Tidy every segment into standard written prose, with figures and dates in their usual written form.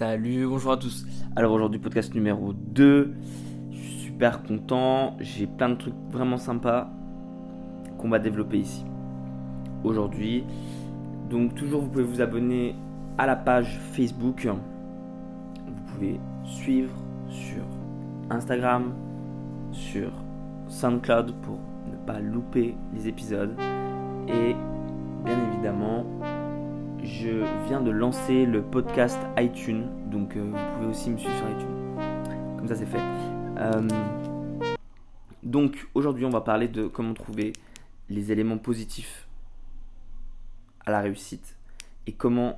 Salut, bonjour à tous. Alors aujourd'hui, podcast numéro 2. Je suis super content. J'ai plein de trucs vraiment sympas qu'on va développer ici. Aujourd'hui. Donc toujours, vous pouvez vous abonner à la page Facebook. Vous pouvez suivre sur Instagram, sur SoundCloud pour ne pas louper les épisodes. Et bien évidemment, je viens de lancer le podcast iTunes, donc vous pouvez aussi me suivre sur iTunes. Comme ça, c'est fait. Donc aujourd'hui, on va parler de comment trouver les éléments positifs à la réussite et comment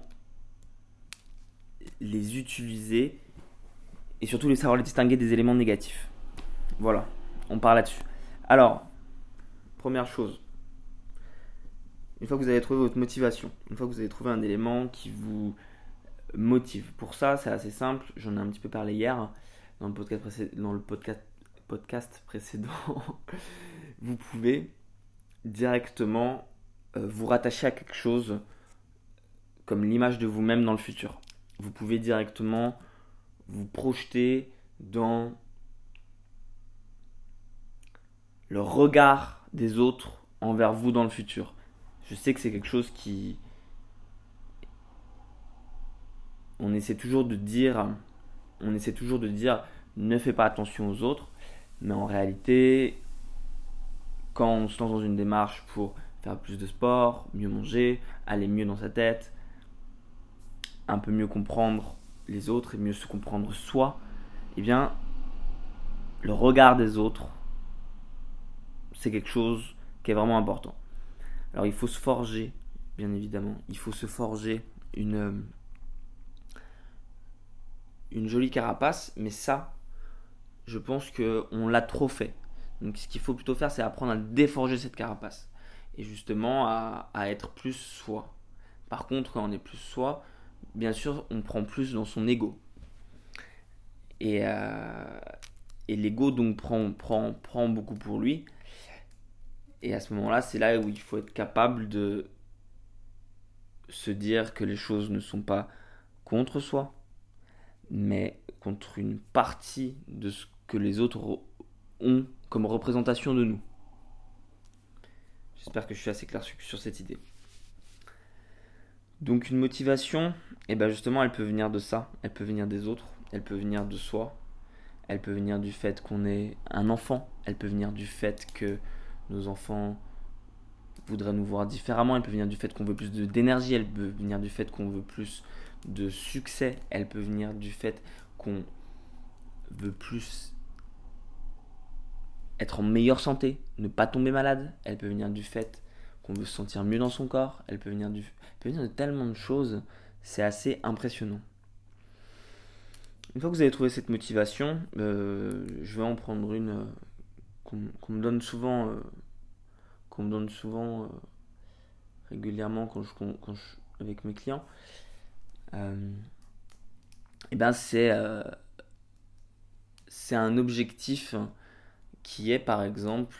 les utiliser et surtout les savoir les distinguer des éléments négatifs. Voilà, on part là-dessus. Alors, première chose. Une fois que vous avez trouvé votre motivation, une fois que vous avez trouvé un élément qui vous motive, pour ça c'est assez simple, j'en ai un petit peu parlé hier dans le podcast précédent, vous pouvez directement vous rattacher à quelque chose comme l'image de vous-même dans le futur. Vous pouvez directement vous projeter dans le regard des autres envers vous dans le futur. Je sais que c'est quelque chose qui... On essaie toujours de dire ne fais pas attention aux autres, mais en réalité, quand on se lance dans une démarche pour faire plus de sport, mieux manger, aller mieux dans sa tête, un peu mieux comprendre les autres et mieux se comprendre soi, eh bien, le regard des autres, c'est quelque chose qui est vraiment important. Alors il faut se forger, bien évidemment, il faut se forger une jolie carapace, mais ça, je pense qu'on l'a trop fait. Donc ce qu'il faut plutôt faire, c'est apprendre à déforger cette carapace. Et justement à être plus soi. Par contre, quand on est plus soi, bien sûr, on prend plus dans son ego. Et l'ego donc prend beaucoup pour lui. Et à ce moment-là, c'est là où il faut être capable de se dire que les choses ne sont pas contre soi, mais contre une partie de ce que les autres ont comme représentation de nous. J'espère que je suis assez clair sur cette idée. Donc une motivation, justement, elle peut venir de ça, elle peut venir des autres, elle peut venir de soi, elle peut venir du fait qu'on est un enfant, elle peut venir du fait que nos enfants voudraient nous voir différemment, elle peut venir du fait qu'on veut plus d'énergie, elle peut venir du fait qu'on veut plus de succès, elle peut venir du fait qu'on veut plus être en meilleure santé, ne pas tomber malade, elle peut venir du fait qu'on veut se sentir mieux dans son corps, elle peut venir de tellement de choses, c'est assez impressionnant. Une fois que vous avez trouvé cette motivation, je vais en prendre une qu'on me donne souvent, régulièrement quand je avec mes clients. C'est un objectif qui est par exemple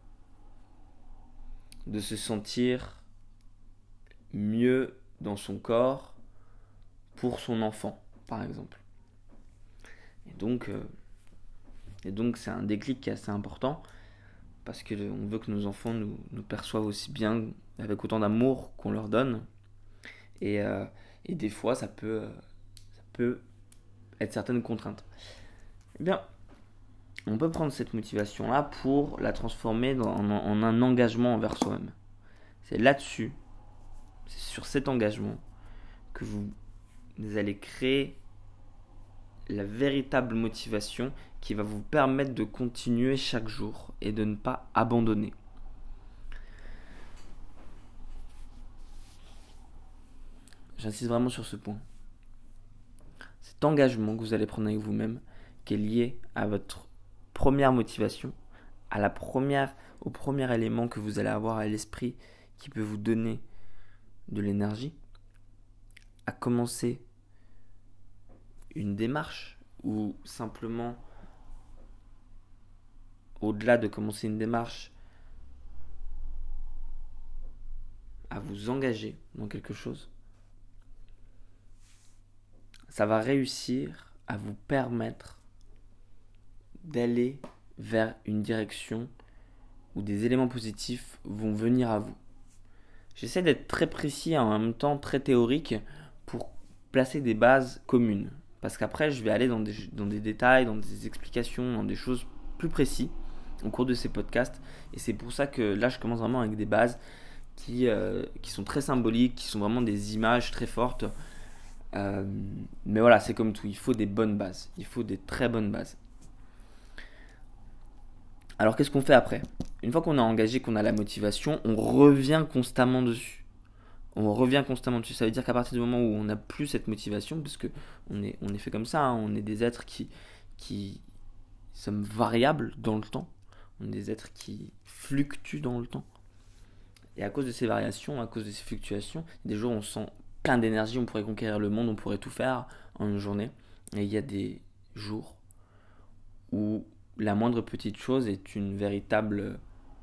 de se sentir mieux dans son corps pour son enfant, par exemple. Et donc c'est un déclic qui est assez important parce que on veut que nos enfants nous perçoivent aussi bien, avec autant d'amour qu'on leur donne. Et des fois, ça peut être certaines contraintes. Eh bien, on peut prendre cette motivation-là pour la transformer en un engagement envers soi-même. C'est là-dessus, c'est sur cet engagement que vous allez créer la véritable motivation qui va vous permettre de continuer chaque jour et de ne pas abandonner. J'insiste vraiment sur ce point. Cet engagement que vous allez prendre avec vous-même, qui est lié à votre première motivation, au premier élément que vous allez avoir à l'esprit qui peut vous donner de l'énergie, à commencer une démarche ou simplement, au-delà de commencer une démarche, à vous engager dans quelque chose. ça va réussir à vous permettre d'aller vers une direction où des éléments positifs vont venir à vous. J'essaie d'être très précis et en même temps très théorique pour placer des bases communes. Parce qu'après, je vais aller dans des détails, dans des explications, dans des choses plus précises au cours de ces podcasts. Et c'est pour ça que là, je commence vraiment avec des bases qui sont très symboliques, qui sont vraiment des images très fortes. Mais voilà, c'est comme tout, il faut des bonnes bases. Il faut des très bonnes bases. Alors qu'est-ce qu'on fait après ? Une fois qu'on a engagé, qu'on a la motivation, on revient constamment dessus. Ça veut dire qu'à partir du moment où on n'a plus cette motivation, parce que on est fait comme ça, hein, on est des êtres qui sommes variables dans le temps. On est des êtres qui fluctuent dans le temps. Et à cause de ces variations, à cause de ces fluctuations, des jours où on sent plein d'énergie, on pourrait conquérir le monde, on pourrait tout faire en une journée. Et il y a des jours où la moindre petite chose est une véritable...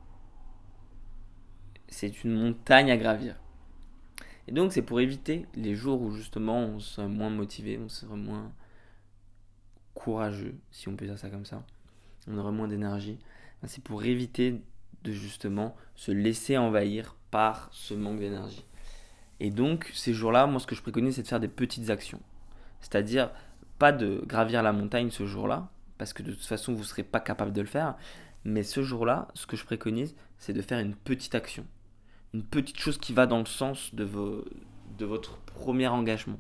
C'est une montagne à gravir. Et donc c'est pour éviter les jours où justement on serait moins motivé, on serait moins courageux, si on peut dire ça comme ça, on aurait moins d'énergie. C'est pour éviter de justement se laisser envahir par ce manque d'énergie. Et donc ces jours-là, moi ce que je préconise c'est de faire des petites actions. C'est-à-dire pas de gravir la montagne ce jour-là, parce que de toute façon vous ne serez pas capable de le faire, mais ce jour-là, ce que je préconise c'est de faire une petite action. Une petite chose qui va dans le sens de votre premier engagement.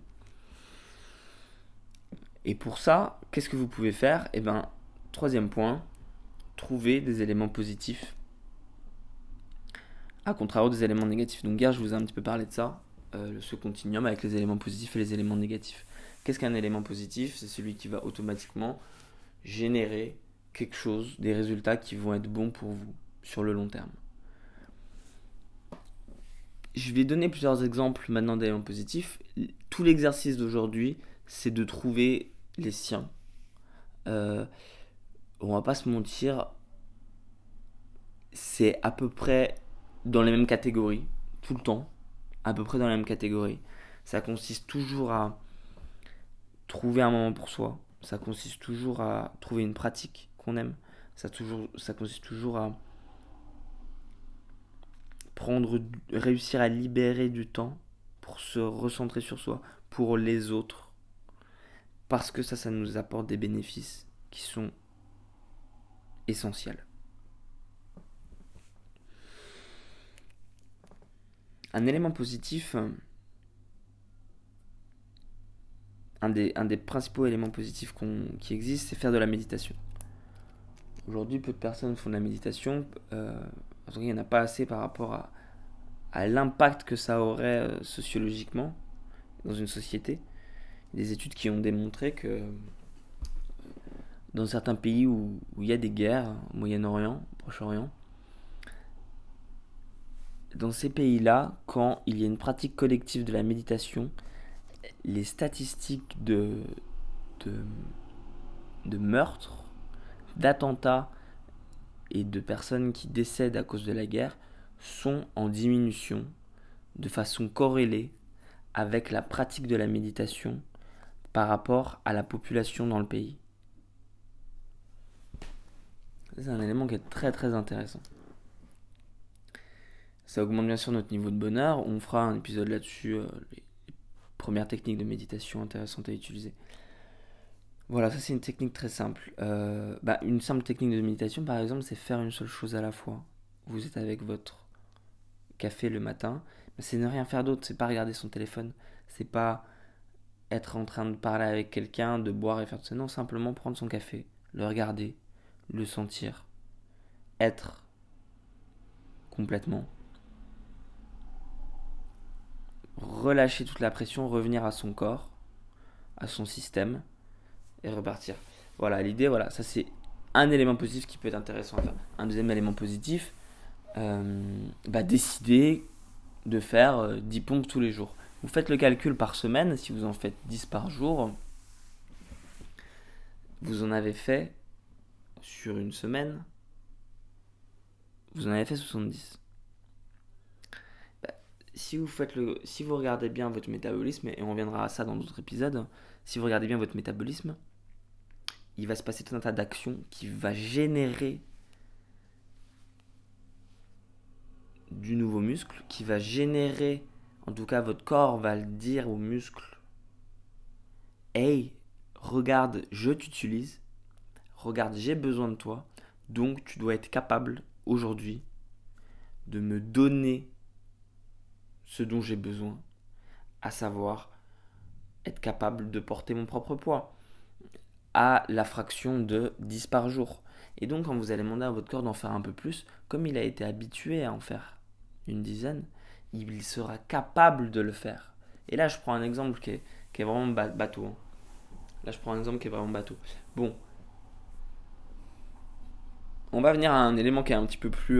Et pour ça, qu'est-ce que vous pouvez faire ? Eh bien, troisième point, trouver des éléments positifs à contrario des éléments négatifs. Donc hier, je vous ai un petit peu parlé de ça, ce continuum avec les éléments positifs et les éléments négatifs. Qu'est-ce qu'un élément positif ? C'est celui qui va automatiquement générer quelque chose, des résultats qui vont être bons pour vous sur le long terme. Je vais donner plusieurs exemples maintenant d'éléments positifs. Tout l'exercice d'aujourd'hui, c'est de trouver les siens. On va pas se mentir, c'est à peu près dans les mêmes catégories, tout le temps, à peu près dans les mêmes catégories. Ça consiste toujours à trouver un moment pour soi, ça consiste toujours à trouver une pratique qu'on aime, ça consiste toujours à réussir à libérer du temps pour se recentrer sur soi, pour les autres, parce que ça nous apporte des bénéfices qui sont essentiels. Un élément positif, un des principaux éléments positifs qui existent, c'est faire de la méditation. Aujourd'hui, peu de personnes font de la méditation. En tout cas, il n'y en a pas assez par rapport à l'impact que ça aurait sociologiquement dans une société. Il y a des études qui ont démontré que dans certains pays où il y a des guerres, au Moyen-Orient, au Proche-Orient, dans ces pays-là, quand il y a une pratique collective de la méditation, les statistiques de meurtres, d'attentats et de personnes qui décèdent à cause de la guerre sont en diminution de façon corrélée avec la pratique de la méditation par rapport à la population dans le pays. C'est un élément qui est très très intéressant. Ça augmente bien sûr notre niveau de bonheur. On fera un épisode là-dessus, les premières techniques de méditation intéressantes à utiliser. Voilà, ça c'est une technique très simple. Une simple technique de méditation, par exemple, c'est faire une seule chose à la fois. Vous êtes avec votre café le matin, mais c'est ne rien faire d'autre. C'est pas regarder son téléphone, c'est pas être en train de parler avec quelqu'un, de boire et faire tout ça. Non, simplement prendre son café, le regarder, le sentir, être complètement. Relâcher toute la pression, revenir à son corps, à son système et repartir. Voilà, l'idée, ça c'est un élément positif qui peut être intéressant à faire. Un deuxième élément positif, décider de faire 10 pompes tous les jours. Vous faites le calcul par semaine, si vous en faites 10 par jour, vous en avez fait sur une semaine, vous en avez fait 70. Si vous regardez bien votre métabolisme, et on reviendra à ça dans d'autres épisodes, si vous regardez bien votre métabolisme, il va se passer tout un tas d'actions qui va générer du nouveau muscle, qui va générer, en tout cas votre corps va le dire aux muscles, hey, regarde, je t'utilise, regarde, j'ai besoin de toi, donc tu dois être capable aujourd'hui de me donner ce dont j'ai besoin, à savoir être capable de porter mon propre poids à la fraction de 10 par jour. Et donc quand vous allez demander à votre corps d'en faire un peu plus, comme il a été habitué à en faire une dizaine, il sera capable de le faire. Et là je prends un exemple qui est vraiment bateau. Bon, on va venir à un élément qui est un petit peu plus...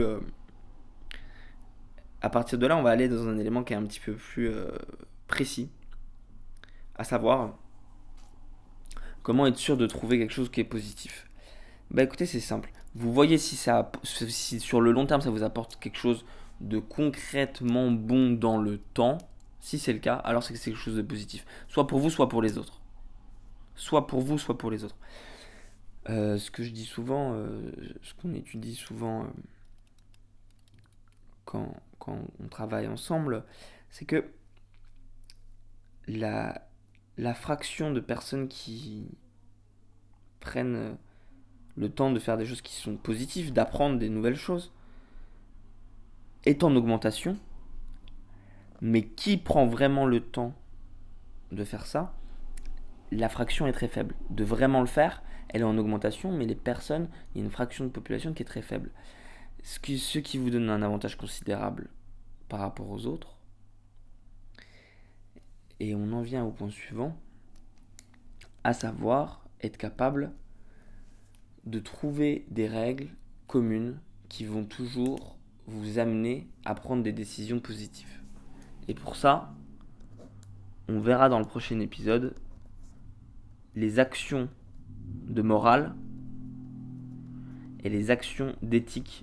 à partir de là, on va aller dans un élément qui est un petit peu plus précis. À savoir, comment être sûr de trouver quelque chose qui est positif. Bah écoutez, c'est simple. Vous voyez si sur le long terme, ça vous apporte quelque chose de concrètement bon dans le temps. Si c'est le cas, alors c'est que c'est quelque chose de positif. Soit pour vous, soit pour les autres. Ce que je dis souvent, ce qu'on étudie souvent quand on travaille ensemble, c'est que la fraction de personnes qui prennent le temps de faire des choses qui sont positives, d'apprendre des nouvelles choses, est en augmentation. Mais qui prend vraiment le temps de faire ça? La fraction est très faible. De vraiment le faire, elle est en augmentation, mais les personnes, il y a une fraction de population qui est très faible. Ce qui vous donne un avantage considérable par rapport aux autres. Et on en vient au point suivant, à savoir être capable de trouver des règles communes qui vont toujours vous amener à prendre des décisions positives. Et pour ça, on verra dans le prochain épisode les actions de morale et les actions d'éthique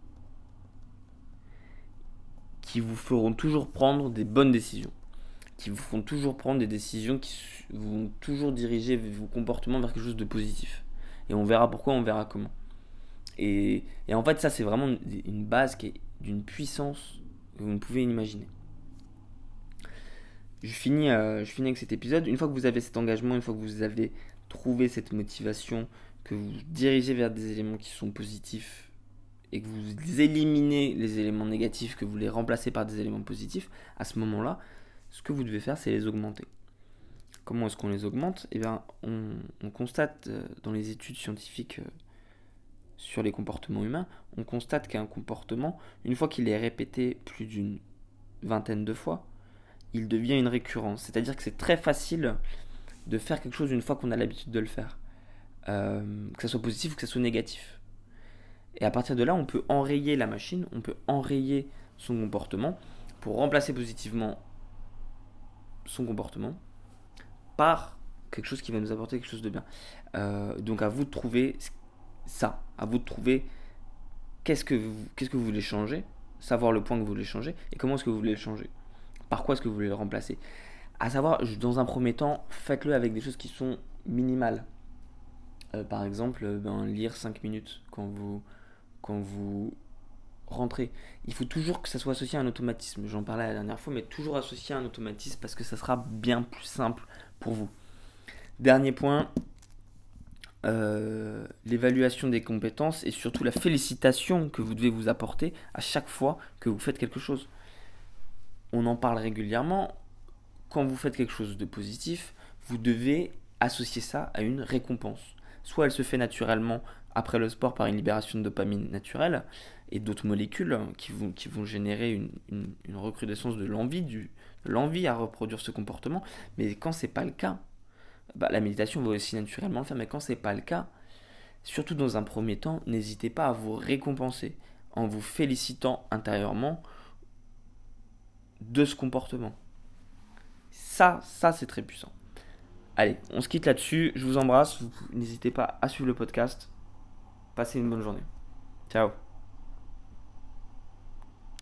qui vous feront toujours prendre des bonnes décisions, qui vous feront toujours prendre des décisions qui vont toujours diriger vos comportements vers quelque chose de positif. Et on verra pourquoi, on verra comment. Et en fait, ça, c'est vraiment une base qui est d'une puissance que vous ne pouvez imaginer. Je finis avec cet épisode. Une fois que vous avez cet engagement, une fois que vous avez trouvé cette motivation, que vous dirigez vers des éléments qui sont positifs et que vous éliminez les éléments négatifs, que vous les remplacez par des éléments positifs, à ce moment-là, ce que vous devez faire, c'est les augmenter. Comment est-ce qu'on les augmente ? Eh bien, on constate dans les études scientifiques sur les comportements humains, on constate qu'un comportement, une fois qu'il est répété plus d'une vingtaine de fois, il devient une récurrence. C'est-à-dire que c'est très facile de faire quelque chose une fois qu'on a l'habitude de le faire. Que ça soit positif ou que ça soit négatif. Et à partir de là, on peut enrayer la machine, on peut enrayer son comportement pour remplacer positivement son comportement par quelque chose qui va nous apporter quelque chose de bien. Donc à vous de trouver ça, à vous de trouver qu'est-ce que vous voulez changer, savoir le point que vous voulez changer et comment est-ce que vous voulez le changer. Par quoi est-ce que vous voulez le remplacer ? À savoir, dans un premier temps, faites-le avec des choses qui sont minimales. Par exemple, lire 5 minutes quand vous rentrez. Il faut toujours que ça soit associé à un automatisme. J'en parlais la dernière fois, mais toujours associé à un automatisme parce que ça sera bien plus simple pour vous. Dernier point, l'évaluation des compétences et surtout la félicitation que vous devez vous apporter à chaque fois que vous faites quelque chose. On en parle régulièrement. Quand vous faites quelque chose de positif, vous devez associer ça à une récompense. Soit elle se fait naturellement après le sport par une libération de dopamine naturelle et d'autres molécules qui vont générer une recrudescence de l'envie à reproduire ce comportement. Mais quand c'est pas le cas, la méditation va aussi naturellement le faire. Mais quand c'est pas le cas, surtout dans un premier temps, n'hésitez pas à vous récompenser en vous félicitant intérieurement de ce comportement. Ça c'est très puissant. Allez, on se quitte là-dessus. Je vous embrasse. N'hésitez pas à suivre le podcast. Passez une bonne journée. Ciao.